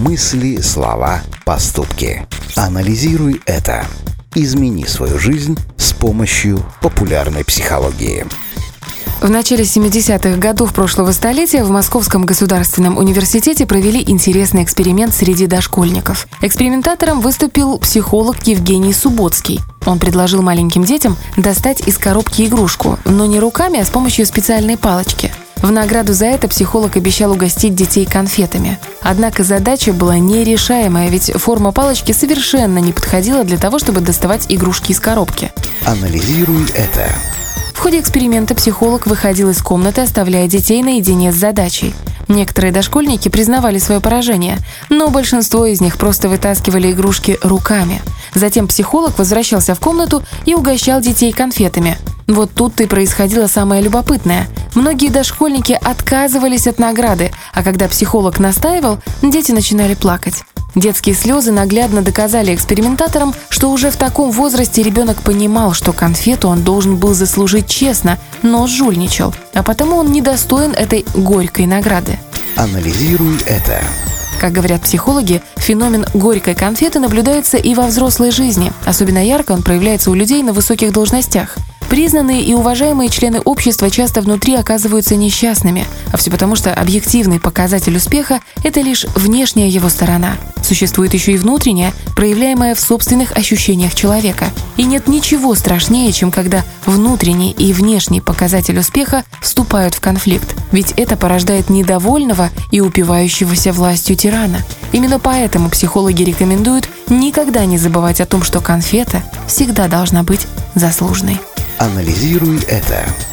Мысли, слова, поступки. Анализируй это. Измени свою жизнь с помощью популярной психологии. В начале 70-х годов прошлого столетия в Московском государственном университете провели интересный эксперимент среди дошкольников. Экспериментатором выступил психолог Евгений Субботский. Он предложил маленьким детям достать из коробки игрушку, но не руками, а с помощью специальной палочки. В награду за это психолог обещал угостить детей конфетами. Однако задача была нерешаемая, ведь форма палочки совершенно не подходила для того, чтобы доставать игрушки из коробки. Анализируй это. В ходе эксперимента психолог выходил из комнаты, оставляя детей наедине с задачей. Некоторые дошкольники признавали свое поражение, но большинство из них просто вытаскивали игрушки руками. Затем психолог возвращался в комнату и угощал детей конфетами. Вот тут-то и происходило самое любопытное. Многие дошкольники отказывались от награды, а когда психолог настаивал, дети начинали плакать. Детские слезы наглядно доказали экспериментаторам, что уже в таком возрасте ребенок понимал, что конфету он должен был заслужить честно, но жульничал, а потому он недостоин этой горькой награды. Анализируй это. Как говорят психологи, феномен горькой конфеты наблюдается и во взрослой жизни. Особенно ярко он проявляется у людей на высоких должностях. Признанные и уважаемые члены общества часто внутри оказываются несчастными, а все потому, что объективный показатель успеха – это лишь внешняя его сторона. Существует еще и внутренняя, проявляемая в собственных ощущениях человека. И нет ничего страшнее, чем когда внутренний и внешний показатель успеха вступают в конфликт. Ведь это порождает недовольного и упивающегося властью тирана. Именно поэтому психологи рекомендуют никогда не забывать о том, что конфета всегда должна быть заслуженной. Анализируй это.